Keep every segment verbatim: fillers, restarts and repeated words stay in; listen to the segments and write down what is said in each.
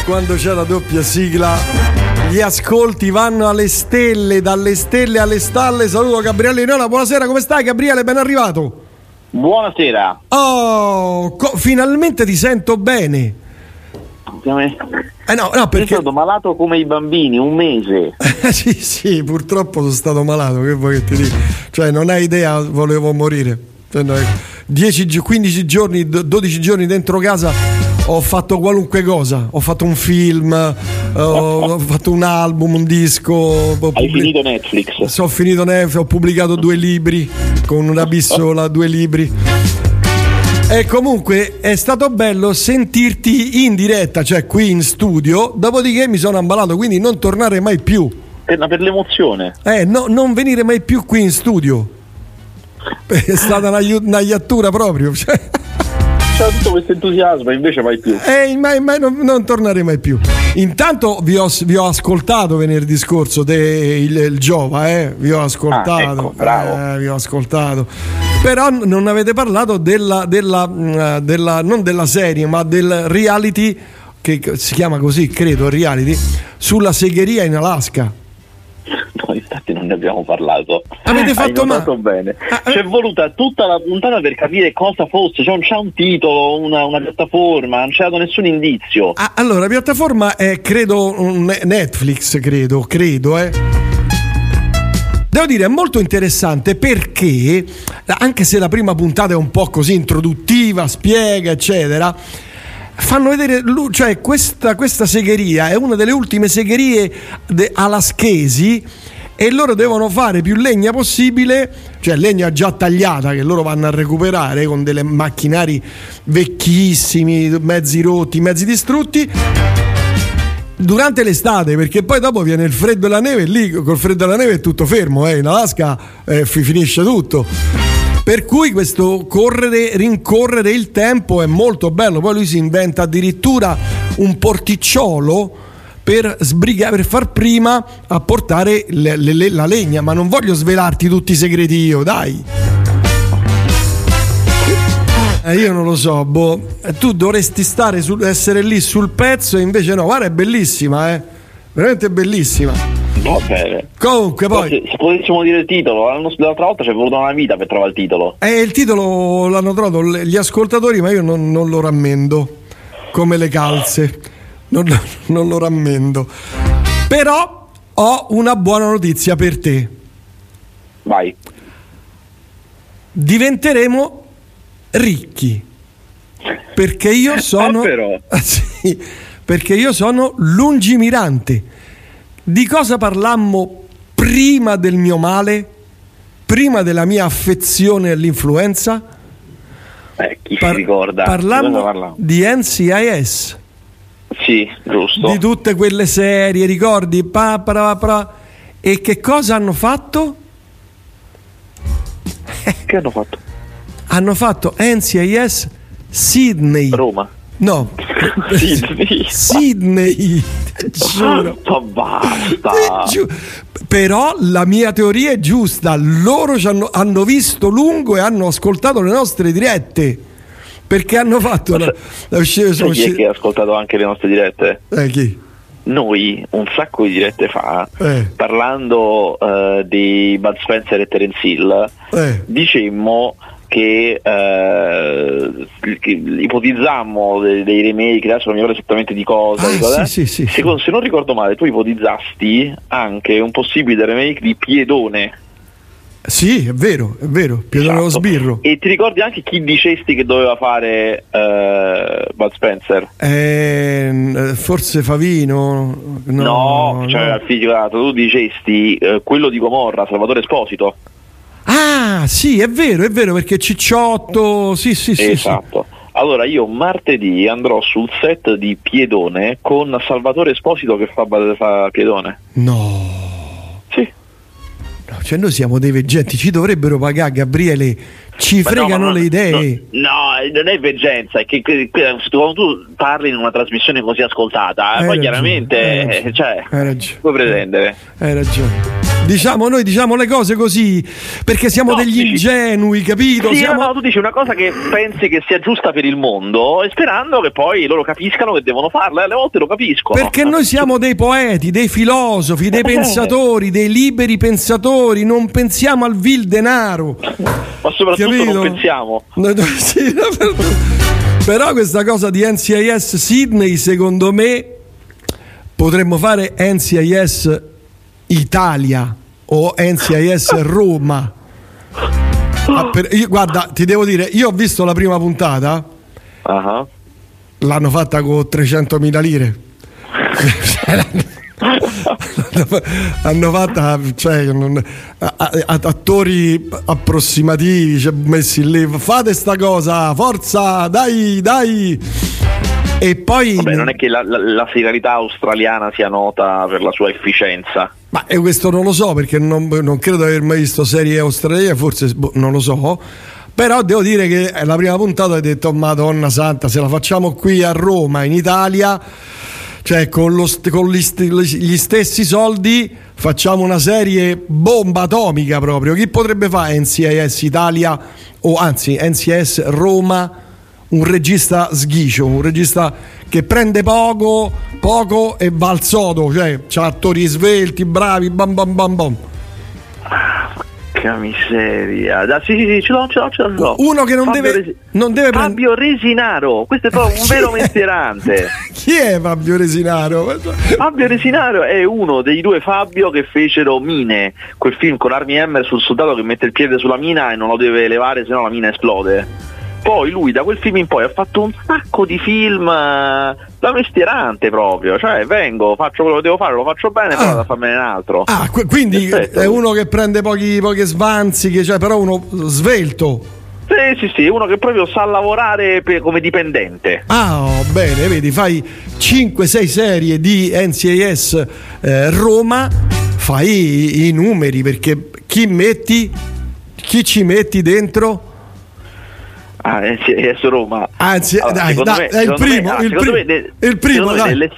quando c'è la doppia sigla gli ascolti vanno alle stelle, dalle stelle alle stalle. Saluto Gabriele Inola, buonasera, come stai Gabriele? Ben arrivato. Buonasera. Oh, co- finalmente ti sento bene. Eh no, no, perché sono stato malato come i bambini un mese. sì, sì, purtroppo sono stato malato, che vuoi che ti dica? Cioè, non hai idea, volevo morire. Cioè, no, dieci, quindici giorni, dodici giorni dentro casa ho fatto qualunque cosa. Ho fatto un film, ho fatto un album, un disco. Ho Hai pubblic- finito Netflix? So, ho finito Netflix, ho pubblicato due libri con una bissola, due libri. E comunque è stato bello sentirti in diretta, cioè qui in studio, dopodiché mi sono ammalato, quindi non tornare mai più. Per, per l'emozione. Eh, no, non venire mai più qui in studio. È stata una, una iattura proprio. Cioè. C'è tutto questo entusiasmo, invece mai più. Eh, mai, mai, non, non tornare mai più. Intanto vi ho, vi ho ascoltato venerdì scorso de, il, il Giova, eh? Vi ho ascoltato. Ah, ecco, bravo. Eh, vi ho ascoltato. Però non avete parlato della, della, della non della serie, ma del reality, che si chiama così, credo, reality, sulla segheria in Alaska. No, infatti non ne abbiamo parlato. Avete fatto male bene. Ah, c'è voluta tutta la puntata per capire cosa fosse, cioè non c'è un titolo, una, una piattaforma, non c'è dato nessun indizio. Ah, allora, la piattaforma è credo Netflix, credo, credo, eh. Devo dire, è molto interessante perché, anche se la prima puntata è un po' così introduttiva, spiega, eccetera, fanno vedere, cioè questa, questa segheria è una delle ultime segherie de- alaschesi e loro devono fare più legna possibile, cioè legna già tagliata che loro vanno a recuperare con delle macchinari vecchissimi, mezzi rotti, mezzi distrutti, durante l'estate, perché poi dopo viene il freddo e la neve e lì col freddo e la neve è tutto fermo, eh? In Alaska eh, finisce tutto. Per cui questo correre, rincorrere il tempo è molto bello. Poi lui si inventa addirittura un porticciolo per sbrigare, per far prima a portare le, le, la legna. Ma non voglio svelarti tutti i segreti io, dai. Eh, io non lo so, boh. Tu dovresti stare su, essere lì sul pezzo e invece no. Guarda, è bellissima, eh. Veramente bellissima. Va bene. Comunque poi se, se potessimo dire il titolo, l'altra volta ci è voluta una vita per trovare il titolo. Eh, il titolo l'hanno trovato gli ascoltatori, ma io non, non lo rammendo. Come le calze. Non, non lo rammendo. Però ho una buona notizia per te. Vai. Diventeremo ricchi. Perché io sono ah, però. sì, perché io sono lungimirante. Di cosa parlammo prima del mio male? Prima della mia affezione all'influenza? Eh, chi Par- si ricorda? Parlammo di N C I S. Sì, giusto. Di tutte quelle serie, ricordi? Pa, pa, pa, e che cosa hanno fatto? Che hanno fatto? Hanno fatto N C I S Sydney. Roma. No. Sydney. Sydney. Giuro. Ma basta. Giu- Però la mia teoria è giusta. Loro ci hanno, hanno visto lungo e hanno ascoltato le nostre dirette. Perché hanno fatto la, la uscita, sono chi è che ha ascoltato anche le nostre dirette? Eh, chi? Noi un sacco di dirette fa, eh. parlando uh, di Bud Spencer e Terence Hill, eh. dicemmo che, uh, che ipotizzammo dei, dei remake, adesso non mi ricordo esattamente di cosa, ah, di cosa sì, sì, sì, Secondo, se non ricordo male, tu ipotizzasti anche un possibile remake di Piedone. Sì, è vero, è vero, Piedone esatto. Lo sbirro. E ti ricordi anche chi dicesti che doveva fare uh, Bud Spencer? Eh, forse Favino? No, no, cioè no. Al fisicato, tu dicesti uh, quello di Gomorra, Salvatore Esposito. Ah, sì, è vero, è vero, perché Cicciotto, sì, sì, sì. Esatto. Sì. Allora io martedì andrò sul set di Piedone con Salvatore Esposito che fa, fa Piedone. No. Sì. No, cioè noi siamo dei veggenti, ci dovrebbero pagare, Gabriele, ci ma fregano no, le idee. No, no, non è veggenza, è che, che, che quando tu parli in una trasmissione così ascoltata, hai poi ragione, chiaramente, hai ragione, cioè, hai ragione, puoi pretendere. Hai ragione. diciamo noi diciamo le cose così perché siamo no, degli dici, ingenui, capito? Sì, siamo... no, tu dici una cosa che pensi che sia giusta per il mondo e sperando che poi loro capiscano che devono farla, e alle volte lo capiscono. Perché noi siamo dei poeti, dei filosofi, dei pensatori, dei liberi pensatori, non pensiamo al vil denaro. Ma soprattutto capito? Non pensiamo. Sì, però questa cosa di N C I S Sydney, secondo me potremmo fare N C I S Italia o N C I S Roma. Ah, per, io, guarda, ti devo dire, io ho visto la prima puntata. Uh-huh. L'hanno fatta con trecentomila lire. Hanno fatta, cioè, non, a, a, attori approssimativi, cioè, messi lì, fate sta cosa, forza, dai, dai. E poi vabbè, non è che la, la, la serialità australiana sia nota per la sua efficienza. Ma e questo non lo so, perché non, non credo di aver mai visto serie australiane, forse boh, non lo so. Però devo dire che la prima puntata ho detto Madonna santa, se la facciamo qui a Roma, in Italia, cioè con, lo, con gli, gli stessi soldi facciamo una serie bomba atomica proprio. Chi potrebbe fare N C I S Italia o anzi N C I S Roma? Un regista sghicio, un regista che prende poco poco e va al sodo, cioè c'ha attori svelti, bravi, bam bam bam bam. Che miseria. Da, sì, sì, sì, ce l'ho, ce l'ho, ce l'ho. Uno che non Fabio deve, Resi- non deve prend- Fabio Resinaro, questo è proprio un vero mestierante. Chi è Fabio Resinaro? Fabio Resinaro è uno dei due Fabio che fecero Mine, quel film con Armie Hammer sul soldato che mette il piede sulla mina e non lo deve levare, sennò la mina esplode. Poi lui da quel film in poi ha fatto un sacco di film uh, da mestierante proprio, cioè vengo, faccio quello che devo fare, lo faccio bene, ah. però da farmene un altro. Ah, qu- quindi Perfetto. È uno che prende pochi pochi svanzi, che, cioè, però uno svelto. Sì, sì, sì, uno che proprio sa lavorare per, come dipendente. Ah, oh, bene, vedi, fai cinque sei serie di N C I S eh, Roma, fai i, i numeri, perché chi metti, chi ci metti dentro? Ah, N C I S Roma. Anzi, allora, dai, dai, me, è il primo, me, il, pri- me, de- il primo, dai. Delle...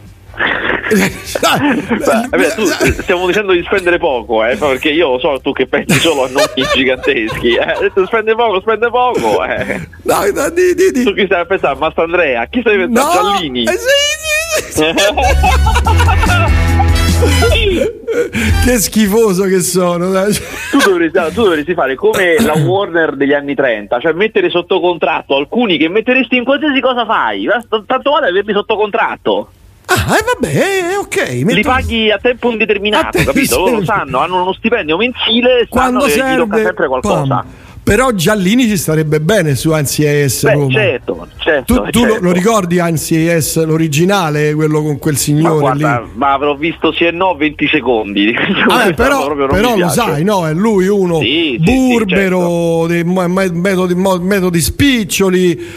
Vabbè, tu, stiamo dicendo di spendere poco, eh, perché io so tu che pensi solo a nomi giganteschi. Eh, detto, spende poco, spende poco. Eh. Dai, dai, di, di, di. Tu chi stai a pensare? Mastandrea? Chi stai a pensare? No, Giallini? Eh, sì, sì, sì. Che schifoso che sono. Tu dovresti, tu dovresti fare come la Warner degli anni trenta, cioè mettere sotto contratto alcuni che metteresti in qualsiasi cosa fai, tanto vale averli sotto contratto. Ah, e eh, vabbè, ok. Metto... Li paghi a tempo indeterminato, te- capito? Loro sanno, hanno uno stipendio mensile, sanno quando che serve, gli tocca sempre qualcosa. Pam. Però Giallini ci starebbe bene su N C I S Roma. Beh, certo, certo. Tu, tu certo. Lo, lo ricordi N C I S l'originale, quello con quel signore ma guarda, lì? Ma avrò visto sì e no venti secondi. Ah, però però lo sai, no? È lui uno sì, burbero, sì, sì, certo. dei metodi, metodi spiccioli,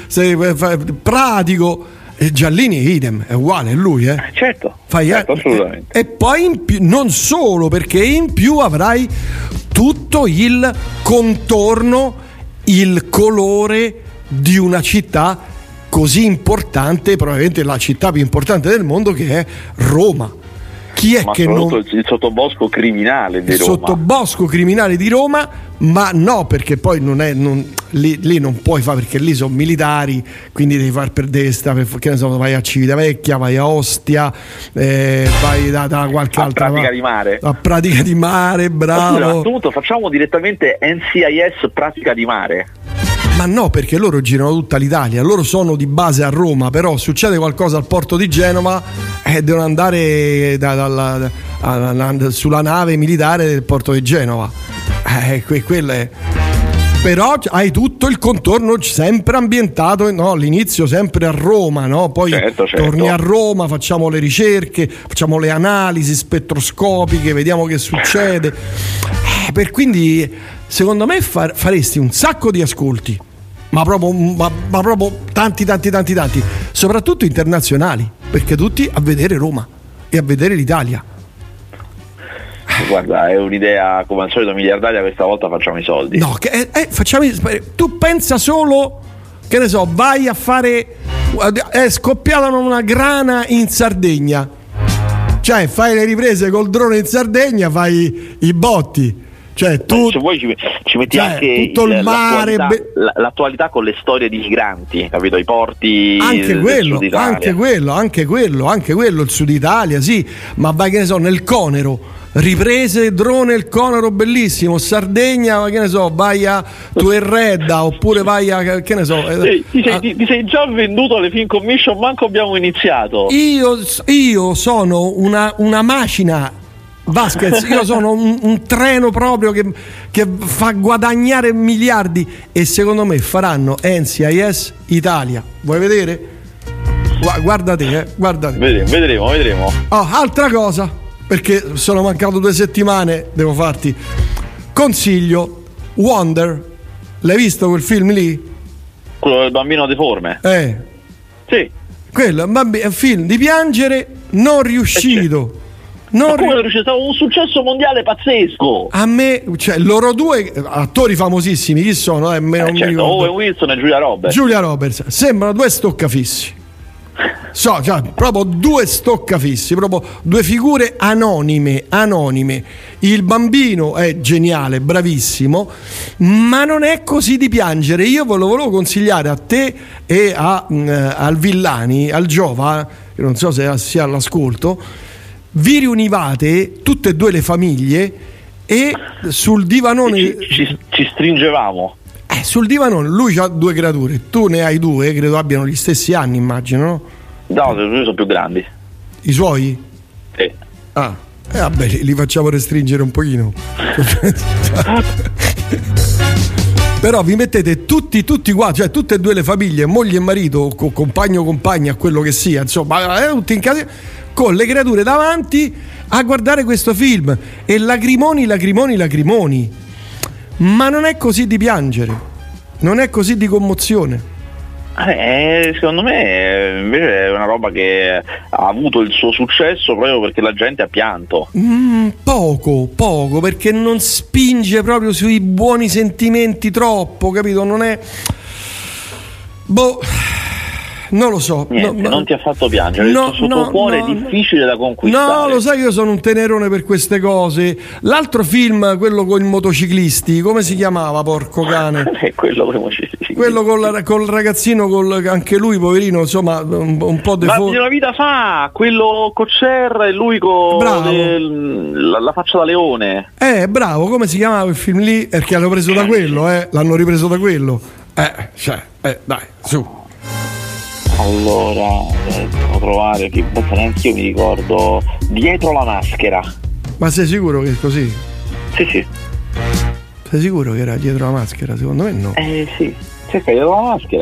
pratico. E Giallini idem, è uguale, è lui, eh? Certo, Fai, certo, eh, assolutamente. E poi in più, non solo, perché in più avrai tutto il contorno, il colore di una città così importante, probabilmente la città più importante del mondo, che è Roma. Chi è ma che non... il sottobosco criminale di il Roma. sottobosco criminale di Roma, ma no, perché poi non è non, lì, lì non puoi fare, perché lì sono militari, quindi devi far per destra, per, che ne so, vai a Civitavecchia, vai a Ostia, eh, vai da, da qualche a altra Pratica va, di Mare. A Pratica di Mare, bravo. A questo punto facciamo direttamente N C I S Pratica di Mare. Ma no, perché loro girano tutta l'Italia, loro sono di base a Roma, però succede qualcosa al porto di Genova e eh, devono andare da, da, da, da, da, sulla nave militare del porto di Genova. Eh, que, quello è. Però hai tutto il contorno sempre ambientato, no? All'inizio sempre a Roma, no? Poi certo, certo. torni a Roma, facciamo le ricerche, facciamo le analisi spettroscopiche, vediamo che succede. Eh, per quindi secondo me far, faresti un sacco di ascolti. Ma proprio, ma, ma proprio tanti, tanti, tanti, tanti, soprattutto internazionali, perché tutti a vedere Roma e a vedere l'Italia. Guarda, è un'idea come al solito miliardaria, questa volta facciamo i soldi. No, che, eh, eh, facciamo i, tu pensa solo, che ne so, vai a fare, è scoppiata una grana in Sardegna, Cioè, fai le riprese col drone in Sardegna, fai i botti. Cioè, tu, se vuoi ci, ci metti cioè, anche tutto il mare, l'attualità, be- l'attualità con le storie di migranti, capito? I porti anche del quello, Sud Italia. anche quello, anche quello, anche quello, il Sud Italia, sì, ma vai, che ne so, nel Conero, riprese drone il Conero bellissimo, Sardegna, ma che ne so, vai a Tuerredda oppure vai a, che ne so, Sì, ti, sei, a, ti, ti sei già venduto alle film commission, manco abbiamo iniziato. io, io sono una, una macina Vasquez, io sono un, un treno proprio che, che fa guadagnare miliardi, e secondo me faranno N C I S Italia. Vuoi vedere? Gu- guarda te, eh, guarda te. Vedremo, vedremo, vedremo. Oh, altra cosa, perché sono mancato due settimane, devo farti consiglio. Wonder, l'hai visto quel film lì? Quello del bambino deforme? Eh, sì. Quello è un, bambi- è un film di piangere, non riuscito. Non Ma come c'è stato un successo mondiale pazzesco? A me, cioè, loro due attori famosissimi, chi sono? Eh, me non eh, mi certo, ricordo. Owen Wilson e Julia Roberts. Julia Roberts, sembrano due stoccafissi. So, cioè, proprio due stoccafissi, proprio due figure anonime, anonime. Il bambino è geniale, bravissimo, ma non è così di piangere. Io ve lo volevo consigliare a te e a, mh, al Villani, al Giova, che non so se sia all'ascolto. Vi riunivate tutte e due le famiglie e sul divanone ci, ci, ci stringevamo. Eh, sul divanone, lui ha due creature, tu ne hai due, credo abbiano gli stessi anni, immagino, no? No, lui sono più grandi. I suoi? Sì. Ah, eh, vabbè, li, li facciamo restringere un pochino. Però vi mettete tutti, tutti qua, cioè tutte e due le famiglie, moglie e marito, co- compagno o compagna, quello che sia, insomma, eh, tutti in casa, con le creature davanti a guardare questo film, e lagrimoni, lagrimoni, lagrimoni. Ma non è così di piangere, non è così di commozione. Eh, secondo me invece è una roba che ha avuto il suo successo proprio perché la gente ha pianto. Mm, poco, poco, perché non spinge proprio sui buoni sentimenti troppo, capito? Non è... Boh... Non lo so. Niente, no, non ti ha fatto piangere. No, il tuo no, cuore no, è difficile da conquistare. No, lo sai, io sono un tenerone per queste cose. L'altro film, quello con i motociclisti, come si chiamava, porco cane? È quello con i motociclisti. Quello col, col ragazzino, col, anche lui poverino, insomma, un, un po' default. Ma una vita fa, quello con Cher e lui con la, la faccia da leone. Eh, bravo, come si chiamava il film lì? Perché l'hanno preso da quello, eh? L'hanno ripreso da quello. Eh, cioè, eh, dai, su. Allora, devo trovare, che neanche io mi ricordo. Dietro la maschera. Ma sei sicuro che è così? Sì, sì. Sei sicuro che era dietro la maschera? Secondo me no. Eh sì, cerca dietro la maschera.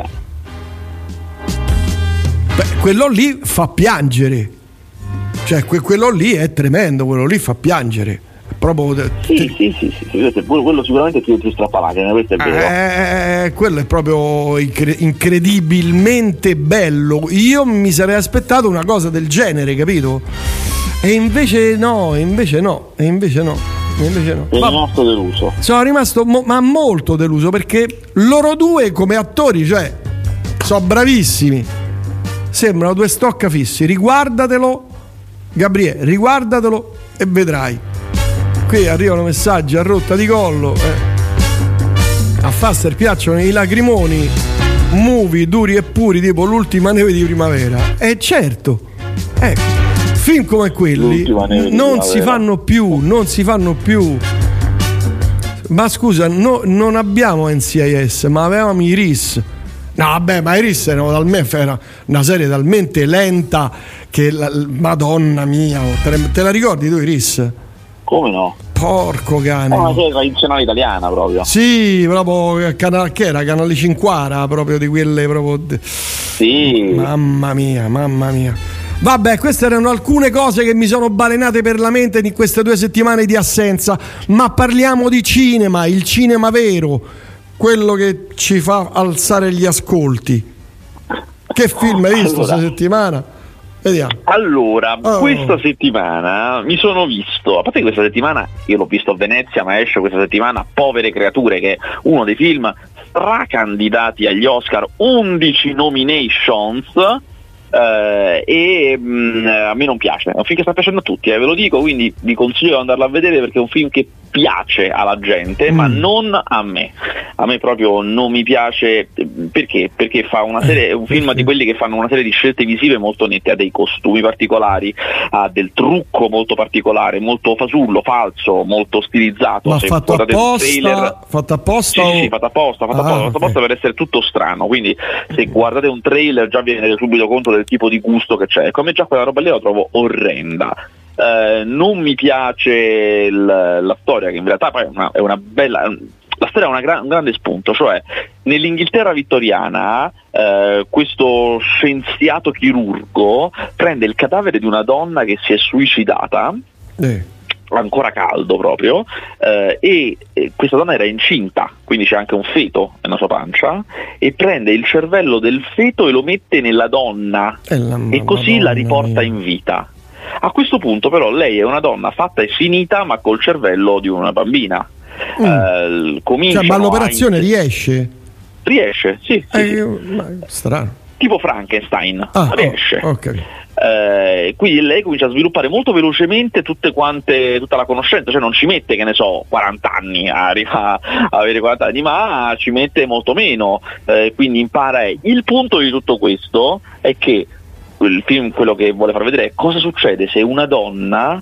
Beh, quello lì fa piangere. Cioè, que- quello lì è tremendo, quello lì fa piangere. Proprio te- sì, te- sì, sì, sì, sì, sì, quello sicuramente ti, ti strappa lacrime, questo è vero. Eh, quello è proprio incre- incredibilmente bello. Io mi sarei aspettato una cosa del genere, capito? E invece no, invece no, e invece no, e invece no. Sono rimasto deluso. Sono rimasto mo- ma molto deluso, perché loro due come attori, cioè, sono bravissimi. Sembrano due stoccafissi. Riguardatelo, Gabriele, riguardatelo e vedrai. Qui arrivano messaggi a rotta di collo. Eh. A Faster piacciono i lagrimoni, movie duri e puri tipo L'ultima neve di primavera. E certo, ecco, film come quelli non si fanno più, non si fanno più. Ma scusa, no, non abbiamo N C I S, ma avevamo i R I S. No, vabbè, ma i R I S erano talmente, era una serie talmente lenta che la, Madonna mia, te, te la ricordi tu i R I S? Come no? Porco cane. È una serie tradizionale italiana proprio. Sì, proprio canale, che era Canale Cinquara, proprio di quelle proprio. Sì. Mamma mia, mamma mia. Vabbè, queste erano alcune cose che mi sono balenate per la mente in queste due settimane di assenza, ma parliamo di cinema, il cinema vero, quello che ci fa alzare gli ascolti. Che film hai visto allora, questa settimana? Vediamo. Allora, oh. questa settimana mi sono visto, a parte che questa settimana io l'ho visto a Venezia, ma esce questa settimana Povere creature, che è uno dei film stracandidati agli Oscar, undici nominations, eh, e mh, a me non piace, è un film che sta piacendo a tutti, eh, ve lo dico, quindi vi consiglio di andarlo a vedere perché è un film che piace alla gente, mm. ma non a me. A me proprio non mi piace, perché? Perché fa una serie, è un film di quelli che fanno una serie di scelte visive molto nette, ha dei costumi particolari, ha del trucco molto particolare, molto fasullo, falso, molto stilizzato. Ma se fatto apposta, trailer, fatto apposta? Sì, o... sì, fatto apposta, fatto, ah, apposta, fatto okay. apposta per essere tutto strano, quindi se guardate un trailer già vi rendete subito conto del tipo di gusto che c'è. Come già quella roba lì la trovo orrenda. Uh, non mi piace l- la storia, che in realtà poi è una, è una bella, la storia ha una gra- un grande spunto, cioè nell'Inghilterra vittoriana uh, questo scienziato chirurgo prende il cadavere di una donna che si è suicidata, eh. ancora caldo proprio, eh, e eh, questa donna era incinta, quindi c'è anche un feto nella sua pancia, e prende il cervello del feto e lo mette nella donna e, la, e così la riporta mia. in vita. A questo punto però lei è una donna fatta e finita ma col cervello di una bambina. Mm. Eh, cioè, ma l'operazione in... riesce? Riesce, sì, sì, eh, sì. Ma strano. Tipo Frankenstein, ah, riesce. Oh, okay. Eh, quindi lei comincia a sviluppare molto velocemente tutte quante, tutta la conoscenza, cioè non ci mette, che ne so, quaranta anni, arriva a avere quaranta anni, ma ci mette molto meno, eh, quindi impara. Il punto di tutto questo è che il film, quello che vuole far vedere è cosa succede se una donna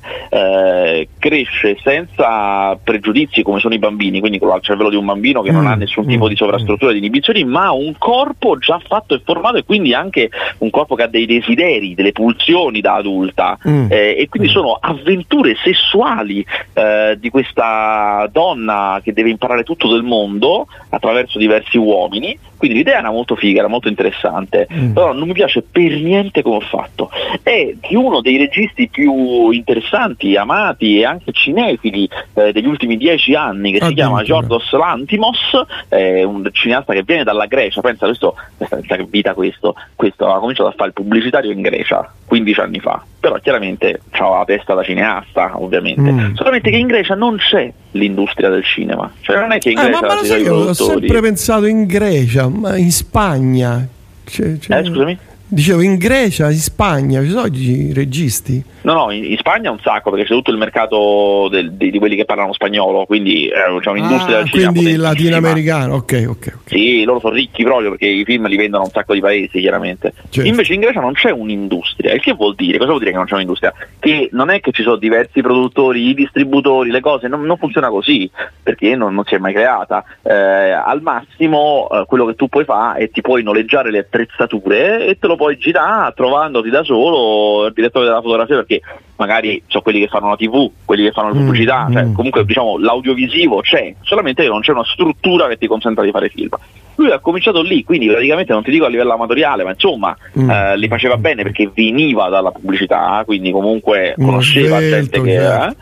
eh, cresce senza pregiudizi come sono i bambini, quindi con il cervello di un bambino che mm. non ha nessun tipo mm. di sovrastruttura, di inibizioni, ma un corpo già fatto e formato, e quindi anche un corpo che ha dei desideri, delle pulsioni da adulta, mm. eh, e quindi mm. sono avventure sessuali eh, di questa donna che deve imparare tutto del mondo attraverso diversi uomini. Quindi l'idea era molto figa, era molto interessante, mm. però non mi piace per niente come ho fatto. È di uno dei registi più interessanti, amati e anche cinefili eh, degli ultimi dieci anni, che ah, si chiama Yorgos Lanthimos, è un cineasta che viene dalla Grecia. Pensa, questo, pensa che vita questo, questo ha cominciato a fare il pubblicitario in Grecia quindici anni fa, però chiaramente c'ha la testa da cineasta, ovviamente, mm. solamente che in Grecia non c'è l'industria del cinema, cioè non è che in Grecia eh, ma, ma ci sono i produttori. Ho sempre pensato in Grecia, ma in Spagna c'è, c'è... Eh, scusami? Dicevo, in Grecia, in Spagna, ci sono i registi? No, no, in, in Spagna un sacco, perché c'è tutto il mercato del, di, di quelli che parlano spagnolo, quindi eh, c'è un'industria ah, del cinema quindi latinoamericano, ok, ok. okay. Sì, loro sono ricchi proprio perché i film li vendono a un sacco di paesi, chiaramente. Certo. Invece in Grecia non c'è un'industria. Il che vuol dire? Cosa vuol dire che non c'è un'industria? Che non è che ci sono diversi produttori, i distributori, le cose, non, non funziona così, perché non, non si è mai creata. Eh, al massimo eh, quello che tu puoi fare è ti puoi noleggiare le attrezzature e te lo puoi girare trovandoti da solo il direttore della fotografia, perché magari sono quelli che fanno la tivù, quelli che fanno la pubblicità, mm, cioè comunque diciamo l'audiovisivo c'è, solamente che non c'è una struttura che ti consenta di fare film. Lui ha cominciato lì, quindi praticamente non ti dico a livello amatoriale, ma insomma mm. eh, li faceva bene perché veniva dalla pubblicità, quindi comunque conosceva mm, gente che eh,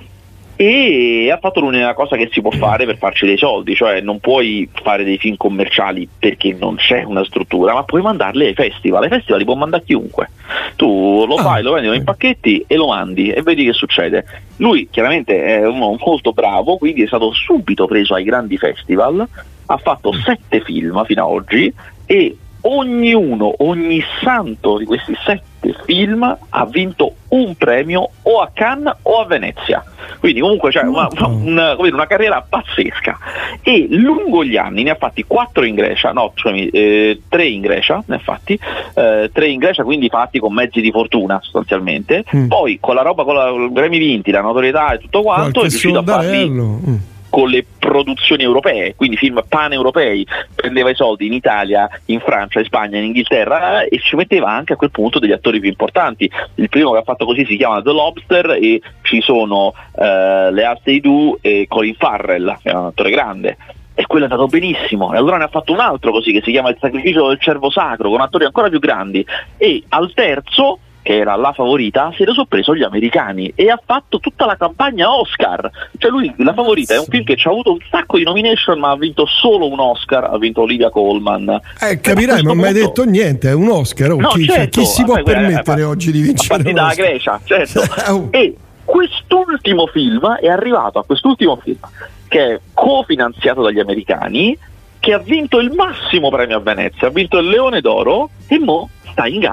e ha fatto l'unica cosa che si può fare per farci dei soldi, cioè non puoi fare dei film commerciali perché non c'è una struttura, ma puoi mandarli ai festival. Ai festival li può mandare chiunque, tu lo ah, fai, lo vendi in pacchetti e lo mandi e vedi che succede. Lui chiaramente è uno molto bravo, quindi è stato subito preso ai grandi festival, ha fatto sette film fino ad oggi e ognuno, ogni santo di questi sette film ha vinto un premio o a Cannes o a Venezia, quindi comunque c'è una, una, una, una carriera pazzesca, e lungo gli anni ne ha fatti quattro in Grecia, no scusami, eh, tre in Grecia ne ha fatti, eh, tre in Grecia, quindi fatti con mezzi di fortuna sostanzialmente, mm. poi con la roba, con la, con i premi vinti, la notorietà e tutto quanto, qualche è riuscito a farli mm. con le produzioni europee, quindi film pan-europei, prendeva i soldi in Italia, in Francia, in Spagna, in Inghilterra e ci metteva anche a quel punto degli attori più importanti. Il primo che ha fatto così si chiama The Lobster e ci sono eh, Lea Seydoux e Colin Farrell, che è un attore grande, e quello è andato benissimo, e allora ne ha fatto un altro così che si chiama Il sacrificio del cervo sacro, con attori ancora più grandi, e al terzo, che era La Favorita, se lo sono preso gli americani e ha fatto tutta la campagna Oscar. Cioè lui, La Favorita è un film che ci ha avuto un sacco di nomination ma ha vinto solo un Oscar, ha vinto Olivia Colman. Eh capirai, non mi hai detto niente, è un Oscar, oh, no, chi, certo, chi si può vabbè, permettere eh, oggi di vincere? A partire dalla Grecia, certo. E quest'ultimo film è arrivato a quest'ultimo film che è cofinanziato dagli americani, che ha vinto il massimo premio a Venezia, ha vinto il Leone d'Oro e mo sta in gara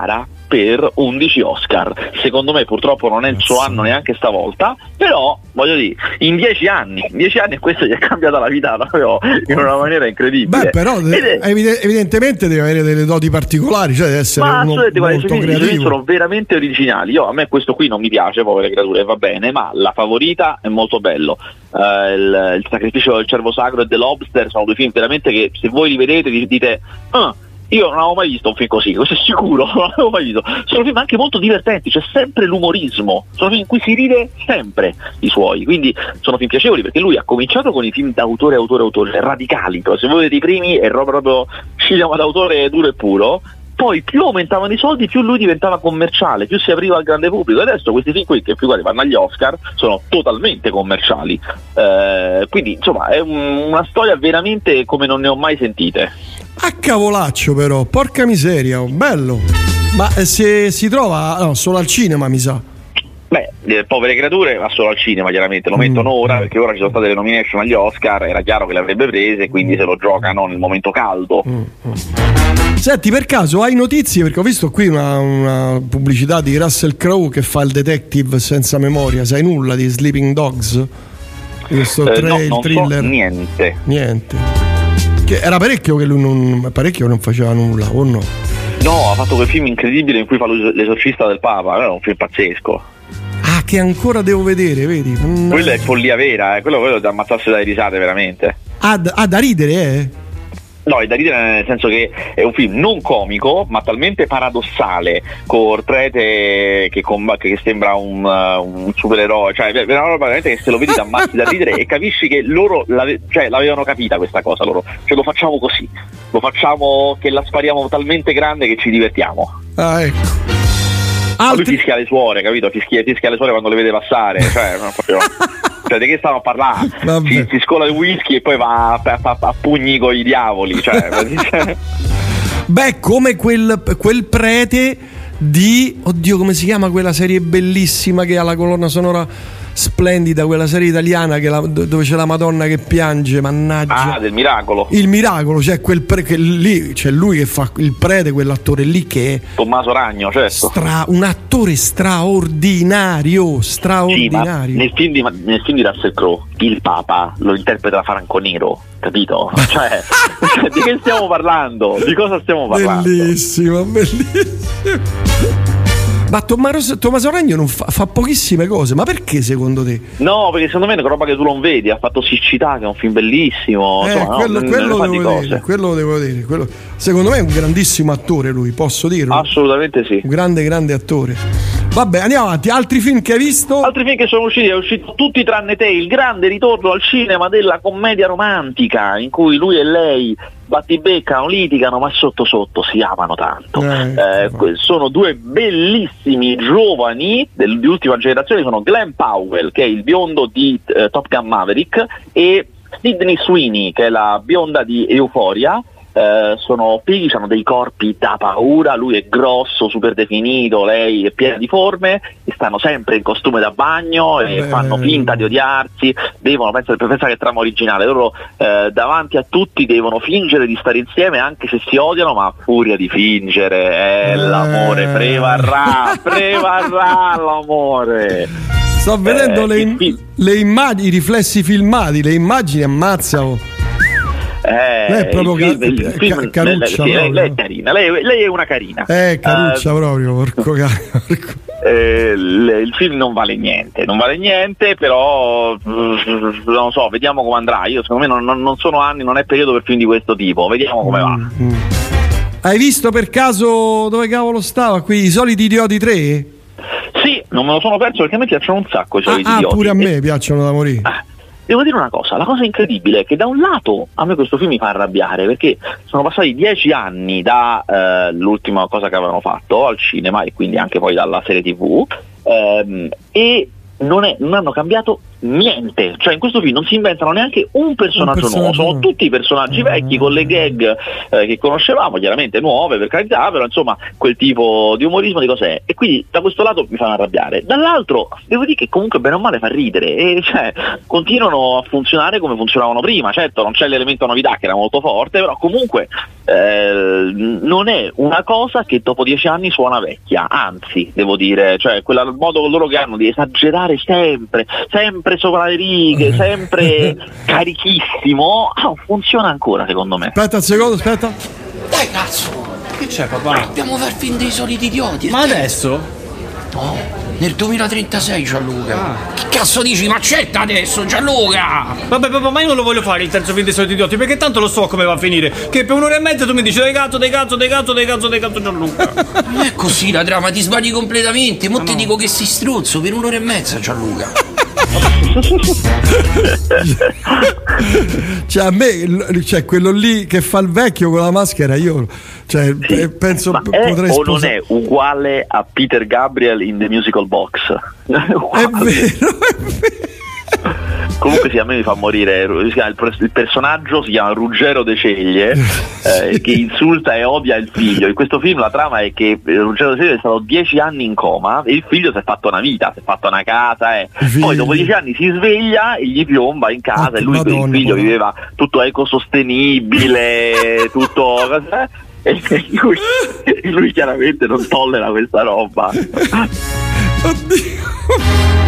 per undici Oscar. Secondo me purtroppo non è il suo anno neanche stavolta, però voglio dire, in dieci anni, in dieci anni questo gli è cambiata la vita proprio in una maniera incredibile. Beh, però è... evidentemente deve avere delle doti particolari, cioè deve essere ma uno molto guarda, creativo. Sono veramente originali. Io, a me questo qui non mi piace, povere creature, va bene, ma La Favorita è molto bello. Uh, il, il Sacrificio del Cervo Sacro e The Lobster sono due film veramente che, se voi li vedete, dite ah, io non avevo mai visto un film così, questo è sicuro, non avevo mai visto. Sono film anche molto divertenti, c'è sempre l'umorismo, sono film in cui si ride sempre, i suoi, quindi sono film piacevoli, perché lui ha cominciato con i film d'autore, autore, autore, radicali, però se voi vedete i primi è proprio cinema d'autore duro e puro. Poi più aumentavano i soldi, più lui diventava commerciale, più si apriva al grande pubblico. Adesso questi film qui, che figurati vanno agli Oscar, sono totalmente commerciali. Eh, quindi insomma è un, una storia veramente come non ne ho mai sentite. A cavolaccio però, porca miseria, bello. Ma se si trova no, solo al cinema, mi sa. Beh, eh, povere creature va solo al cinema, chiaramente lo mettono mm. ora, perché ora ci sono state le nomination agli Oscar, era chiaro che le avrebbe prese, quindi se lo giocano nel momento caldo. Mm. Senti, per caso hai notizie? Perché ho visto qui una, una pubblicità di Russell Crowe che fa il detective senza memoria. Sai nulla di Sleeping Dogs? Questo eh, tra- no, il non thriller? So niente. Niente. Che era parecchio che lui non, parecchio non faceva nulla, o no? No, ha fatto quel film incredibile in cui fa l'esorcista del Papa, era un film pazzesco. Ah, che ancora devo vedere, vedi? Mm. Quella è follia vera, eh. quello, quello da ammazzarsi dalle risate veramente. Ah, d- ah, da ridere, eh? No, è da ridere nel senso che è un film non comico, ma talmente paradossale, con il prete che, comb- che sembra un, uh, un supereroe, cioè è una roba veramente che se lo vedi ti ammazzi da ridere e capisci che loro l'ave- cioè, l'avevano capita questa cosa, loro, cioè lo facciamo così, lo facciamo che la spariamo talmente grande che ci divertiamo. Ah, ecco. Altri... Lui fischia le suore, capito? Fischia, fischia le suore quando le vede passare, cioè, proprio... cioè di che stiamo a parlare? Si, si scola il whisky e poi va a, a, a pugni con i diavoli, cioè... Beh, come quel, quel prete di... Oddio, come si chiama quella serie bellissima che ha la colonna sonora splendida, quella serie italiana che la, dove c'è la Madonna che piange, mannaggia. Ah, del Miracolo. Il Miracolo, cioè quel pre, che lì c'è lui che fa il prete, quell'attore lì che è Tommaso Ragno, certo. Stra, un attore straordinario, straordinario. Sì, ma nel film di nel film di Russell Crowe il Papa lo interpreta Franco Nero, capito? Cioè, cioè di che stiamo parlando? Di cosa stiamo parlando? Bellissimo, bellissimo. Ma Tommaso, Tommaso Ragno non fa, fa pochissime cose, ma perché secondo te? No, perché secondo me è una roba che tu non vedi. Ha fatto Siccità, che è un film bellissimo. Eh, insomma, quello, no, quello, non devo dire, quello lo devo dire. Quello, secondo me è un grandissimo attore lui, posso dirlo? Assolutamente sì. Un grande, grande attore. Vabbè, andiamo avanti. Altri film che hai visto? Altri film che sono usciti, è uscito tutti tranne te. Il grande ritorno al cinema della commedia romantica, in cui lui e lei battibeccano, litigano, ma sotto sotto si amano tanto. Eh, eh, sono due bellissimi giovani del, di ultima generazione, sono Glenn Powell, che è il biondo di eh, Top Gun Maverick, e Sydney Sweeney, che è la bionda di Euphoria. Eh, sono pigri, hanno dei corpi da paura, lui è grosso, super definito, lei è piena di forme, e stanno sempre in costume da bagno e Beh. fanno finta di odiarsi, devono, pensa, pensa che trama originale, loro eh, davanti a tutti devono fingere di stare insieme anche se si odiano, ma a furia di fingere, eh, l'amore prevarrà, prevarrà l'amore. Sto vedendo eh, le, fi- le immagini, i riflessi filmati, le immagini ammazzano. Eh, lei è proprio il film, il film, ca- caruccia, lei, lei, lei è carina, lei, lei è una carina. Eh, caruccia uh, proprio, porco porco. Eh, l- il film non vale niente, non vale niente, però non lo so, vediamo come andrà. Io secondo me non, non, non sono anni, non è periodo per film di questo tipo, vediamo come mm, va. Mm. Hai visto per caso dove cavolo stava qui I Soliti Idioti tre? Sì, non me lo sono perso perché a me piacciono un sacco i Soliti ah, Idioti. Ah, pure a me piacciono da morire. Ah. Devo dire una cosa, la cosa incredibile è che da un lato a me questo film mi fa arrabbiare perché sono passati dieci anni da eh, l'ultima cosa che avevano fatto al cinema e quindi anche poi dalla serie tivù ehm, e non, è, non hanno cambiato niente, cioè in questo film non si inventano neanche un personaggio, un personaggio nuovo, sono tutti personaggi vecchi con le gag eh, che conoscevamo, chiaramente nuove per carità, però insomma quel tipo di umorismo di cos'è, e quindi da questo lato mi fanno arrabbiare, dall'altro devo dire che comunque bene o male fa ridere e cioè continuano a funzionare come funzionavano prima, certo non c'è l'elemento novità che era molto forte, però comunque eh, non è una cosa che dopo dieci anni suona vecchia, anzi devo dire, cioè quella, il modo loro che hanno di esagerare sempre, sempre sopra le righe, sempre carichissimo, ah, funziona ancora secondo me. Aspetta un secondo, aspetta. Dai cazzo! Che c'è, papà? Dobbiamo far fin dei soliti idioti. Ma adesso? No, nel duemilatrentasei, Gianluca. Ah. Che cazzo dici? Ma accetta adesso, Gianluca! Vabbè, papà, ma io non lo voglio fare il terzo film dei soliti idioti, perché tanto lo so come va a finire. Che per un'ora e mezza tu mi dici dei cazzo, dei cazzo, dei cazzo, dei cazzo, dei cazzo, Gianluca. Non è così la trama, ti sbagli completamente. Mo' ti no. dico che sei stronzo per un'ora e mezza, Gianluca. Cioè a me, cioè quello lì che fa il vecchio con la maschera, io cioè sì, penso ma potrei è o sposa- non è uguale a Peter Gabriel in The Musical Box? È vero, è vero. Comunque sì, a me mi fa morire il, il personaggio si chiama Ruggero De Ceglie, eh, che insulta e odia il figlio. In questo film la trama è che Ruggero De Ceglie è stato dieci anni in coma e il figlio si è fatto una vita, si è fatto una casa, eh. Poi dopo dieci anni si sveglia e gli piomba in casa, ah, e lui Madonna, il figlio Madonna. viveva tutto ecosostenibile, tutto eh, e lui, lui chiaramente non tollera questa roba. Oddio,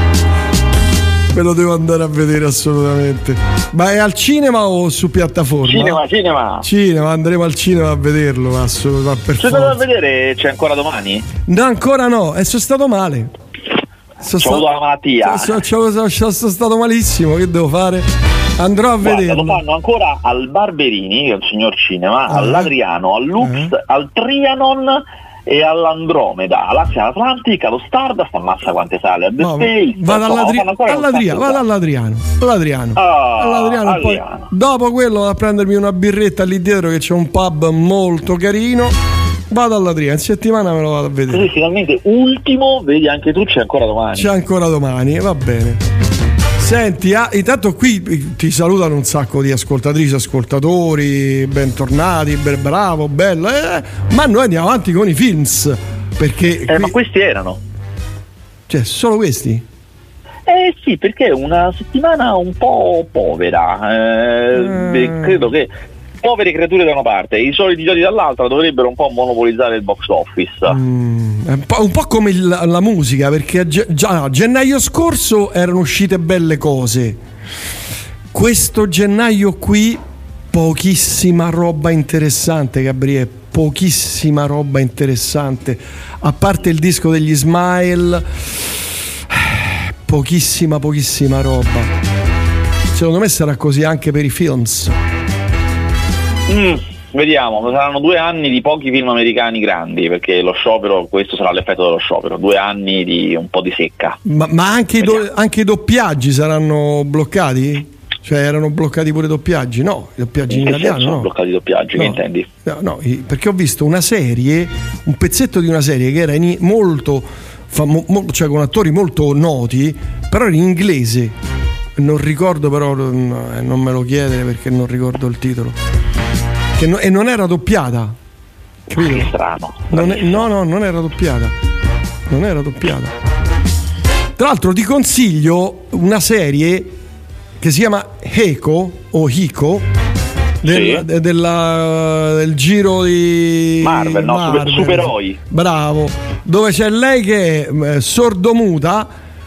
me lo devo andare a vedere assolutamente. Ma è al cinema o su piattaforma? Cinema, cinema. Cinema, andremo al cinema a vederlo, assolutamente. C'è da vedere, c'è ancora domani? No, ancora no, e sono stato male. Sono stato la malattia. Sono, sono, sono, sono stato malissimo, che devo fare? Andrò a vedere. Lo fanno ancora al Barberini, che è il signor cinema, ah. all'Adriano, al Lux, ah. al Trianon e all'Andromeda, all'Azione Atlantica, allo Stardust, ammazza quante sale, a The no, Space. Vado all'Adriano, all'Adriano, vado all'Adriano, all'Adriano, oh, all'Adriano poi, dopo quello a prendermi una birretta lì dietro che c'è un pub molto carino. Vado all'Adriano, in settimana me lo vado a vedere. Così finalmente ultimo, vedi anche tu, c'è ancora domani. C'è ancora domani, va bene. Senti, ah, intanto qui ti salutano un sacco di ascoltatrici, ascoltatori, bentornati, be- bravo, bello, eh, ma noi andiamo avanti con i films, perché... Eh, qui... ma questi erano? Cioè, solo questi? Eh sì, perché è una settimana un po' povera, eh, mm. credo che... povere creature da una parte e i soliti idioti dall'altra dovrebbero un po' monopolizzare il box office. Mm, un, po', un po' come il, la musica, perché già, già gennaio scorso erano uscite belle cose. Questo gennaio qui pochissima roba interessante, Gabriele, pochissima roba interessante. A parte il disco degli Smile, pochissima pochissima roba. Secondo me sarà così anche per i films. Mm, vediamo, saranno due anni di pochi film americani grandi, perché lo sciopero, questo sarà l'effetto dello sciopero, due anni di un po' di secca. Ma, ma anche, i do, anche i doppiaggi saranno bloccati? Cioè erano bloccati pure i doppiaggi? No, i doppiaggi in, in italiano no. Sono bloccati i doppiaggi, no. Che intendi? No, no, perché ho visto una serie, un pezzetto di una serie che era in, molto, famo, cioè con attori molto noti, però era in inglese. Non ricordo però, no, non me lo chiedere perché non ricordo il titolo. Che no, e non era doppiata, capito? Che strano. Non è, no, no, non era doppiata. Non era doppiata. Tra l'altro ti consiglio una serie che si chiama Heiko o Hiko del, sì. de, della, del giro di Marvel, no, Marvel, super, supereroi. Bravo, dove c'è lei che è eh, sordomuta,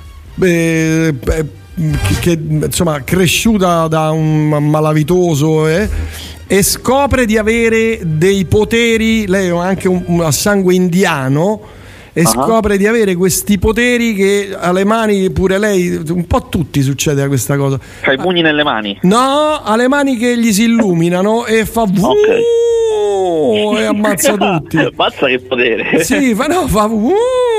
eh, eh, che, che insomma cresciuta da un malavitoso eh, e scopre di avere dei poteri. Lei ha anche un, un sangue indiano e uh-huh. scopre di avere questi poteri che alle mani pure lei, un po' a tutti succede questa cosa. Fa i pugni nelle mani? No, ha le mani che gli si illuminano e fa okay. e ammazza tutti. Ammazza che potere. Sì, fa no, fa uh,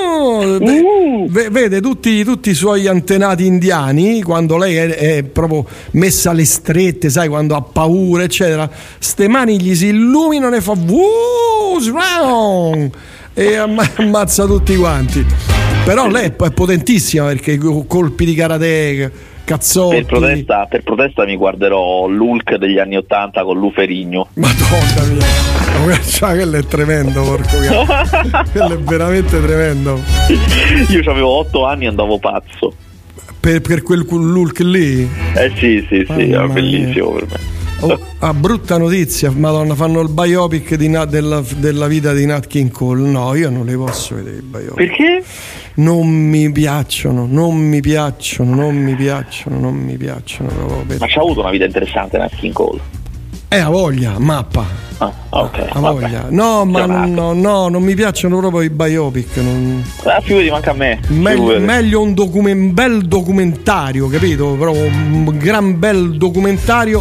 uh. Vede tutti, tutti i suoi antenati indiani quando lei è, è proprio messa alle strette, sai, quando ha paura, eccetera. Ste mani gli si illuminano e fa uh, strong. E ammazza tutti quanti. Però lei è potentissima perché colpi di karate, cazzotti. Per protesta, per protesta mi guarderò l'Hulk degli anni ottanta con Lou Ferrigno. Madonna mia, cioè, quello è tremendo, porco cane. Quello è veramente tremendo. Io avevo otto anni e andavo pazzo per, per quel l'Hulk lì? Eh sì sì sì, era bellissimo per me. Oh, ah, brutta notizia, madonna, fanno il biopic di Nat, della, della vita di Nat King Cole. No, io non li posso vedere i biopic. Perché? Non mi piacciono, non mi piacciono, non mi piacciono, non mi piacciono proprio. Per... Ma c'ha avuto una vita interessante Nat King Cole. Eh, a voglia, mappa. Ah, ok. A voglia. No, ma non, no, no, non mi piacciono proprio i biopic. Non... Ah, figurati, manca a me. Meglio, meglio un, docu- un bel documentario, capito? Proprio un gran bel documentario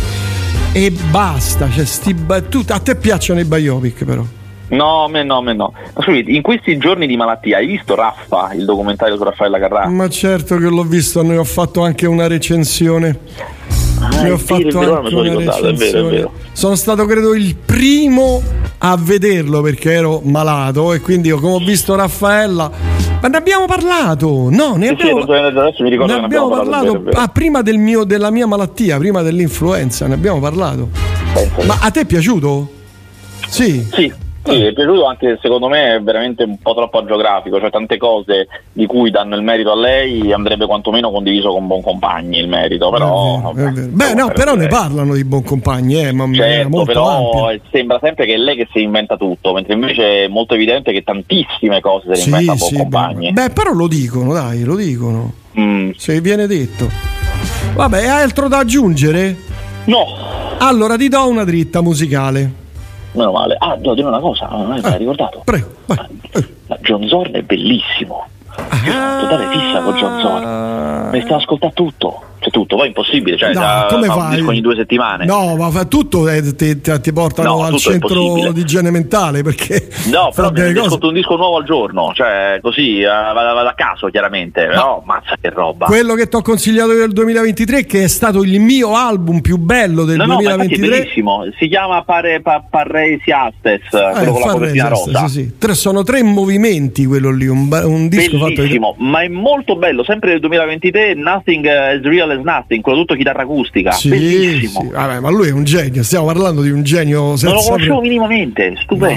e basta. Cioè, sti ba- tu, a te piacciono i biopic, però? No, a me no, a me no. Ma scusi, in questi giorni di malattia hai visto Raffa, il documentario su Raffaella Carrà? Ma certo che l'ho visto, ne ho fatto anche una recensione. Ah, ne ho fatto vero, anche una recensione. È vero, è vero. Sono stato credo il primo a vederlo perché ero malato e quindi io, come ho visto Raffaella, ma ne abbiamo parlato. No, ne abbiamo, sì, sì, adesso mi ricordo ne che abbiamo parlato, parlato vero, vero. Ah, prima del mio, della mia malattia, prima dell'influenza, ne abbiamo parlato. Penso. Ma a te è piaciuto? Sì. Sì. Sì, è piaciuto anche, secondo me è veramente un po' troppo agiografico, cioè tante cose di cui danno il merito a lei andrebbe quantomeno condiviso con Boncompagni il merito, però... È vero, vabbè, è vero. Beh no, però ne parlano di Boncompagni, eh, ma certo, molto però ampia. Sembra sempre che è lei che si inventa tutto, mentre invece è molto evidente che tantissime cose se ne Sì, inventa sì, Boncompagni. beh, beh, però lo dicono, dai, lo dicono. Mm. Se viene detto. Vabbè, hai altro da aggiungere? No. Allora ti do una dritta musicale. Meno male. Ah, devo dire una cosa, non me l'hai ricordato. Prego, vai. Ma John Zorn è bellissimo. Io sono totale fissa con John Zorn. Mi sta ascoltando tutto. Cioè tutto, poi è impossibile, cioè No, da, come fa un fai? disco ogni due settimane. No, ma fa tutto eh, ti, ti, ti portano No, al tutto è centro impossibile. di igiene mentale perché No, però fa delle mi cose. ascolto un disco nuovo al giorno, cioè così, eh, vado, vado a caso chiaramente, però mazza che roba. Quello che ti ho consigliato del duemilaventitré, che è stato il mio album più bello del No, no, ma infatti è duemilaventitré. bellissimo, si chiama Pare, pa, Parreisiastes, Eh, quello con la copertina Farresa, rosa. sì, sì. Tre, sono tre movimenti quello lì, un, un disco Bellissimo, fatto di... ma è molto bello, sempre del duemilaventitré, Nothing as Real as Nothing, quello tutto chitarra acustica, Sì, bellissimo. sì. Vabbè, ma lui è un genio, stiamo parlando di un genio senza... Non lo conoscevo minimamente, stupendo.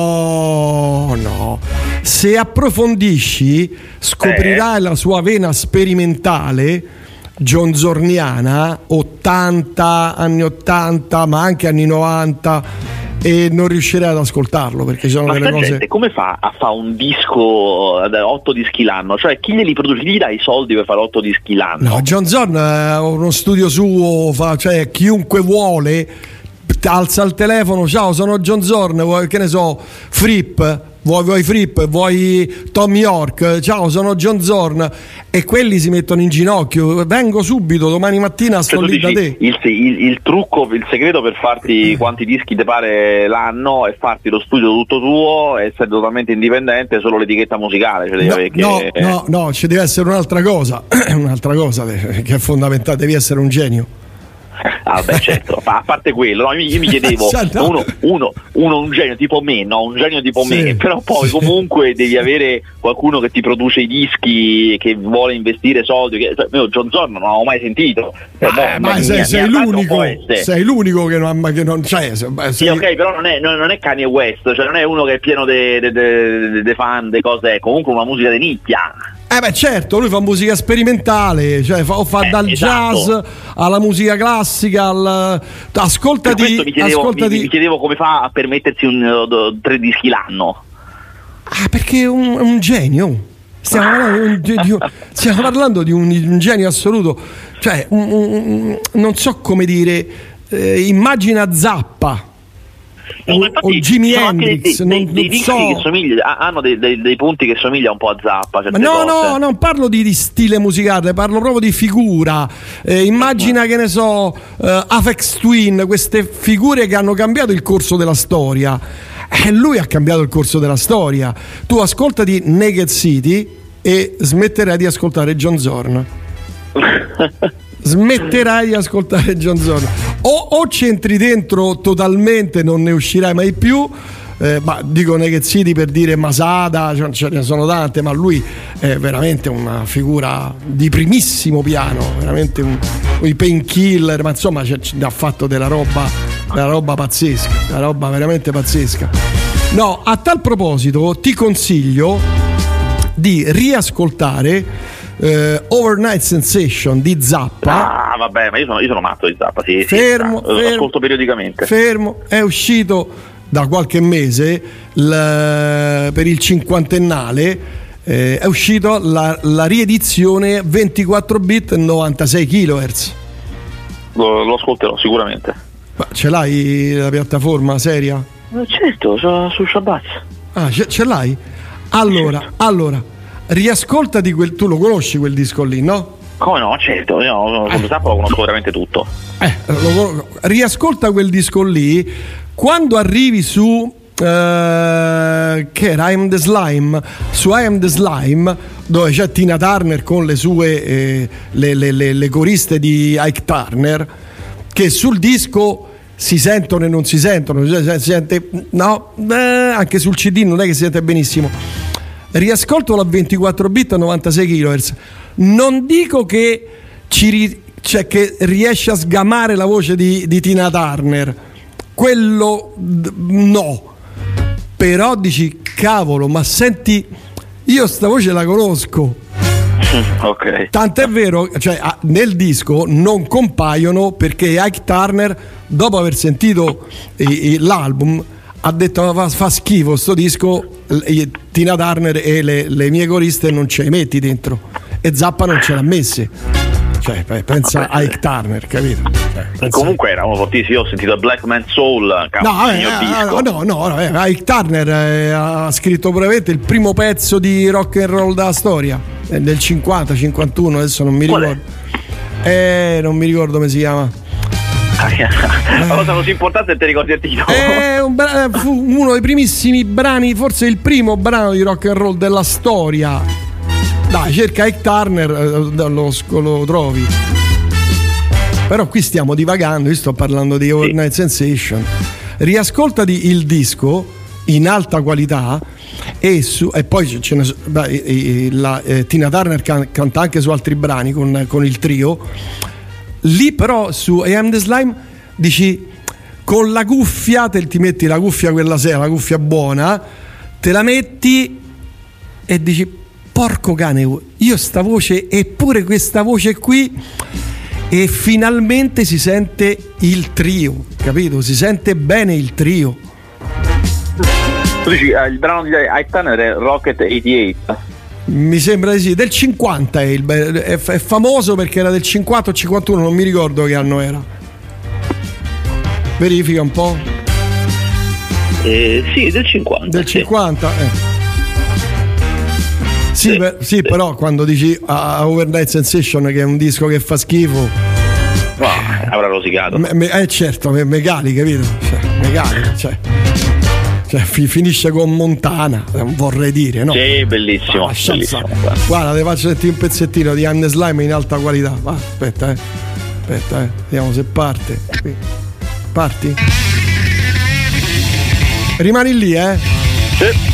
No, no. Se approfondisci scoprirai Eh. la sua vena sperimentale johnzorniana, ottanta, anni ottanta, ma anche anni novanta, e non riuscirai ad ascoltarlo perché ci sono Ma delle sta cose... gente come fa a fare un disco da otto dischi l'anno? Cioè chi glieli produce? Chi gli dà i soldi per fare otto dischi l'anno? No, John Zorn ha uno studio suo, fa, cioè chiunque vuole alza il telefono, ciao sono John Zorn, vuoi, che ne so, Fripp, vuoi, vuoi Fripp, vuoi Tom York, ciao sono John Zorn, e quelli si mettono in ginocchio, vengo subito, domani mattina sto Cioè, tu lì da dici, te. il, il, il trucco, il segreto per farti quanti dischi ti pare l'anno è farti lo studio tutto tuo, essere totalmente indipendente, solo l'etichetta musicale. Cioè devi No, avere che... no, no, no, ci deve essere un'altra cosa, un'altra cosa che è fondamentale, devi essere un genio. Ah beh certo, a parte quello, no, io mi chiedevo, uno, uno, uno un genio tipo me, no, un genio tipo Sì, me, però poi sì. comunque devi avere qualcuno che ti produce i dischi, che vuole investire soldi, che, cioè, io John Zorn non l'avevo mai sentito. Eh, Eh, boh, ma mia, sei, mia, sei mia, l'unico, non può essere. sei l'unico che non, che non cioè, se- beh, Sì, sei- ok, però non è, non, non è Kanye West, cioè non è uno che è pieno di fan, di cose, è comunque una musica di nicchia. Eh beh certo, lui fa musica sperimentale, cioè fa, fa Eh, dal esatto. jazz alla musica classica, al... Per ascoltati, questo mi chiedevo, ascoltati... mi, mi chiedevo come fa a permettersi un, uh, tre dischi l'anno. Ah, perché è un, un genio. Stiamo parlando di un, di un- stiamo parlando di un, di un genio assoluto, cioè un- un- non so come dire, eh, immagina Zappa. No, O- ma infatti o Jimi sono anche Hendrix, dei, dei, non- dei non dischi so. che somiglia, ha- hanno dei, dei, dei punti che somiglia un po' a Zappa. Ma certe no, cose. no, non parlo di, di stile musicale, parlo proprio di figura. Eh, immagina che ne so, eh, Aphex Twin, queste figure che hanno cambiato il corso della storia. E lui ha cambiato il corso della storia. Tu ascoltati Naked City e smetterai di ascoltare John Zorn. Smetterai di ascoltare John Zorn. O, o c'entri dentro totalmente, non ne uscirai mai più. Eh, ma dico Naked City per dire Masada, cioè, ce ne sono tante, ma lui è veramente una figura di primissimo piano, veramente un, i Painkiller, ma insomma c'è, c'è- ha fatto della roba, della roba pazzesca, una roba veramente pazzesca. No, a tal proposito ti consiglio di riascoltare eh, Overnight Sensation di Zappa. Ah, vabbè, ma io sono, io sono matto di Zappa, sì, fermo, sì, lo fermo, ascolto periodicamente. Fermo, è uscito da qualche mese l, per il cinquantennale, eh, è uscito la, la riedizione ventiquattro bit novantasei kilohertz. Lo, lo ascolterò sicuramente. Ma ce l'hai la piattaforma seria? Eh, certo, so, su Shabazz. Ah, ce, ce l'hai? Allora, certo. allora, riascoltati quel, tu lo conosci quel disco lì, no? Come no, certo, io come eh. Zappa lo conosco veramente tutto. Eh, lo, riascolta quel disco lì, quando arrivi su uh, che era I Am The Slime, su I Am The Slime, dove c'è Tina Turner con le sue eh, le, le, le, le coriste di Ike Turner, che sul disco si sentono e non si sentono, cioè, si sente, no, eh, anche sul C D non è che si sente benissimo. Riascolto la ventiquattro bit a novantasei kilohertz, non dico che ci ri, cioè che riesce a sgamare la voce di, di Tina Turner, quello no, però dici cavolo, ma senti, io sta voce la conosco. Okay. Tant'è vero, cioè nel disco non compaiono perché Ike Turner, dopo aver sentito eh, l'album, ha detto fa, fa schifo sto disco, eh, Tina Turner e le, le mie coriste non ce le metti dentro, e Zappa non ce l'ha messe. Cioè, pensa a Ike Turner, capito? Cioè, pensa... Comunque era uno fortissimo, io ho sentito Black Man Soul, cavolo, no, eh, disco. no, no, no, eh, Ike Turner eh, ha scritto probabilmente il primo pezzo di rock and roll della storia, eh, del cinquanta cinquantuno, adesso non mi ricordo. Eh, non mi ricordo come si chiama. Una cosa così importante e ti ricordi il titolo? È un bra- fu uno dei primissimi brani, forse il primo brano di rock and roll della storia. Dai, cerca Ike Turner, lo, lo trovi. Però qui stiamo divagando, io sto parlando di Overnight sì. Sensation. Riascoltati il disco in alta qualità e, su, e poi ce ne, beh, la, eh, Tina Turner can, canta anche su altri brani con, con il trio. Lì però su I Am The Slime dici con la cuffia, te ti metti la cuffia quella sera, la cuffia buona, te la metti e dici porco cane, io sta voce, eppure questa voce qui, e finalmente si sente il trio, capito? Si sente bene il trio. Tu dici eh, il brano di Ike Turner è Rocket ottantotto? Mi sembra di sì, del cinquanta è, il, è, è famoso perché era del cinquanta o cinquantuno, non mi ricordo che anno era. Verifica un po'. Eh, sì, del cinquanta. Del sì. cinquanta, eh. Sì, sì, per, sì, sì, però quando dici a Overnight Sensation che è un disco che fa schifo, oh, avrà rosicato. Me, me, eh certo, me, Megali, capito? Cioè, Megali, cioè, cioè fi, finisce con Montana, vorrei dire, no? Sì, bellissimo, ah, bellissimo. Guarda, ti faccio sentire un pezzettino di Anne Slime in alta qualità. Va, aspetta, eh. Aspetta, eh. Vediamo se parte. Parti? Rimani lì, eh? Sì.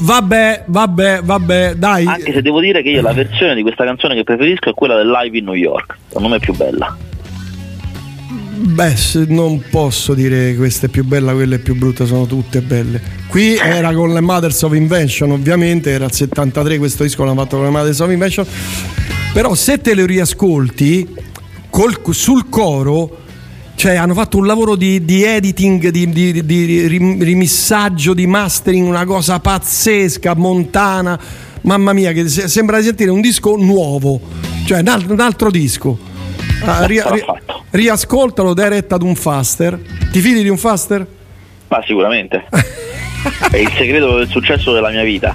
Vabbè, vabbè, vabbè, dai. Anche se devo dire che io la versione di questa canzone che preferisco è quella del live in New York, secondo me è più bella. Beh, non posso dire questa è più bella, quella è più brutta, sono tutte belle. Qui era con le Mothers of Invention, ovviamente, era il settantatré, questo disco l'hanno fatto con le Mothers of Invention. Però se te lo riascolti col, sul coro, cioè hanno fatto un lavoro di, di editing, di, di, di rimissaggio, di mastering, una cosa pazzesca, montana, mamma mia, che sembra di sentire un disco nuovo, cioè un altro, un altro disco. Ah, ri, ri, riascoltalo, dai retta ad un faster. Ti fidi di un faster? Ma sicuramente. È il segreto del successo della mia vita.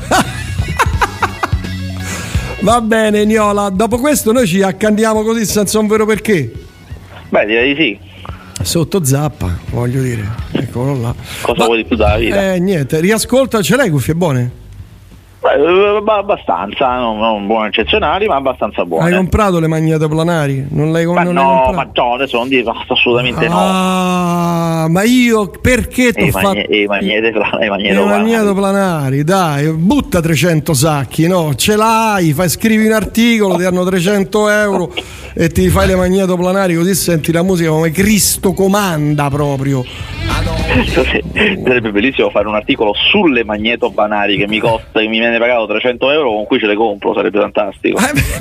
Va bene, Niola, dopo questo noi ci accandiamo così senza un vero perché? Beh, direi di sì. Sotto zappa, voglio dire, eccolo là. Cosa Ma, vuoi di più dalla vita? Eh, niente, riascolta, ce l'hai cuffie buone? Beh, abbastanza, non, non buone eccezionali, ma abbastanza buone. Hai comprato le magnetoplanari? Non l'hai, ma non no, hai ma no, adesso non dico assolutamente ah, no. Ma io perché ti ho fatto i magnetoplanari, i magnetoplanari, dai, butta trecento sacchi, no? Ce l'hai, fai, scrivi un articolo, ti danno trecento euro e ti fai le magnetoplanari, così senti la musica come Cristo comanda proprio. Sarebbe bellissimo fare un articolo sulle magnetoplanari che mi costa, che mi viene pagato trecento euro, con cui ce le compro, sarebbe fantastico.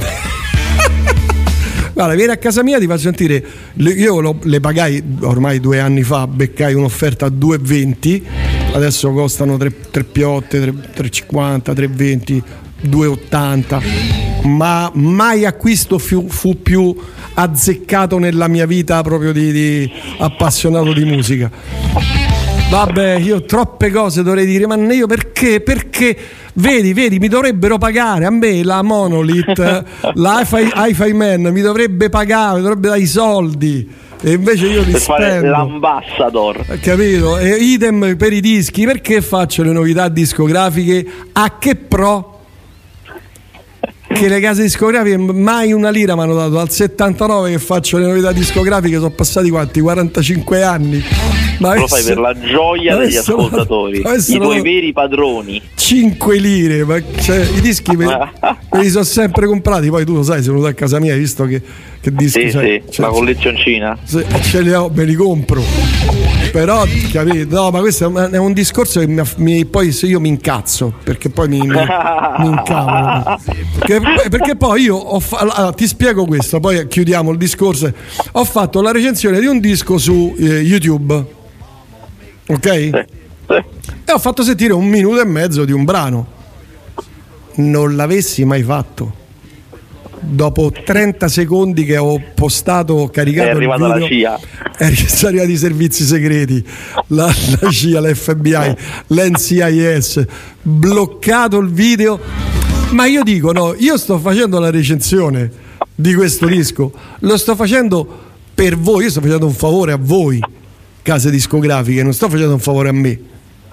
Guarda, vieni a casa mia, ti faccio sentire. Io lo, le pagai ormai due anni fa, beccai un'offerta a due e venti, adesso costano tre piotte, tre e cinquanta, tre e venti, due e ottanta, ma mai acquisto fu, fu più azzeccato nella mia vita proprio di, di appassionato di musica. Vabbè, io ho troppe cose dovrei dire, ma io perché? Perché vedi, vedi, mi dovrebbero pagare a me la Monolith, la Hi-Fi, Hi-Fi Man mi dovrebbe pagare, mi dovrebbe dare i soldi. E invece io li per spendo. Fare l'ambassador, capito? E idem per i dischi. Perché faccio le novità discografiche? A che pro? Che le case discografiche mai una lira mi hanno dato. Dal settantanove che faccio le novità discografiche sono passati quanti? quarantacinque anni. Ma lo fai per la gioia degli ascoltatori, i tuoi veri padroni. cinque lire, ma cioè, i dischi me, me li sono sempre comprati. Poi tu lo sai, sono venuto a casa mia, hai visto che, che dischi sì, c'è, sì, c'è, la collezioncina. Se ce li ho, me li compro. Però, capito? No, ma questo è un discorso che mi, mi, poi se io mi incazzo, perché poi mi, mi, mi incavolo. Perché, perché poi io ho fa- allora, ti spiego questo, poi chiudiamo il discorso. Ho fatto la recensione di un disco su eh, YouTube. Ok? Sì, sì. E ho fatto sentire un minuto e mezzo di un brano. Non l'avessi mai fatto. Dopo trenta secondi che ho postato, ho caricato è arrivata il video, la C I A, sono arrivati i servizi segreti, la, la C I A, l'F B I, l'N C I S, bloccato il video. Ma io dico, no, io sto facendo la recensione di questo disco, lo sto facendo per voi, io sto facendo un favore a voi, case discografiche, non sto facendo un favore a me.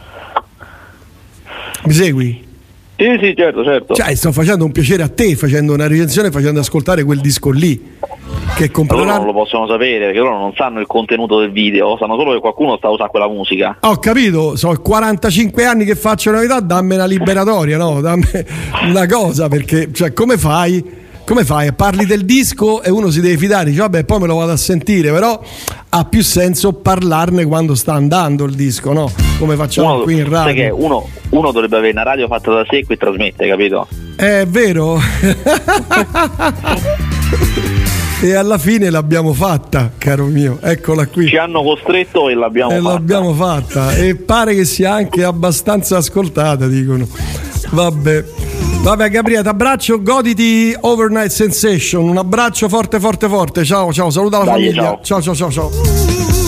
Mi segui? Sì, sì, certo, certo. Cioè, sto facendo un piacere a te, facendo una recensione, facendo ascoltare quel disco lì. Che compreranno... Loro non lo possono sapere, perché loro non sanno il contenuto del video, sanno solo che qualcuno sta usando quella musica. Ho capito, sono quarantacinque anni che faccio novità, dammi una liberatoria, no? Dammi una cosa, perché, cioè, come fai? Come fai? Parli del disco e uno si deve fidare, dice vabbè poi me lo vado a sentire, però ha più senso parlarne quando sta andando il disco, no? Come facciamo uno, qui in radio. Sai che uno, uno dovrebbe avere una radio fatta da sé e qui trasmette, capito? È vero. E alla fine l'abbiamo fatta, caro mio, eccola qui. Ci hanno costretto e l'abbiamo e fatta. l'abbiamo fatta e pare che sia anche abbastanza ascoltata, dicono. Vabbè. Vabbè Gabriele, ti abbraccio, goditi Overnight Sensation, un abbraccio forte forte forte, ciao ciao, saluta la Dai, famiglia, ciao ciao ciao ciao.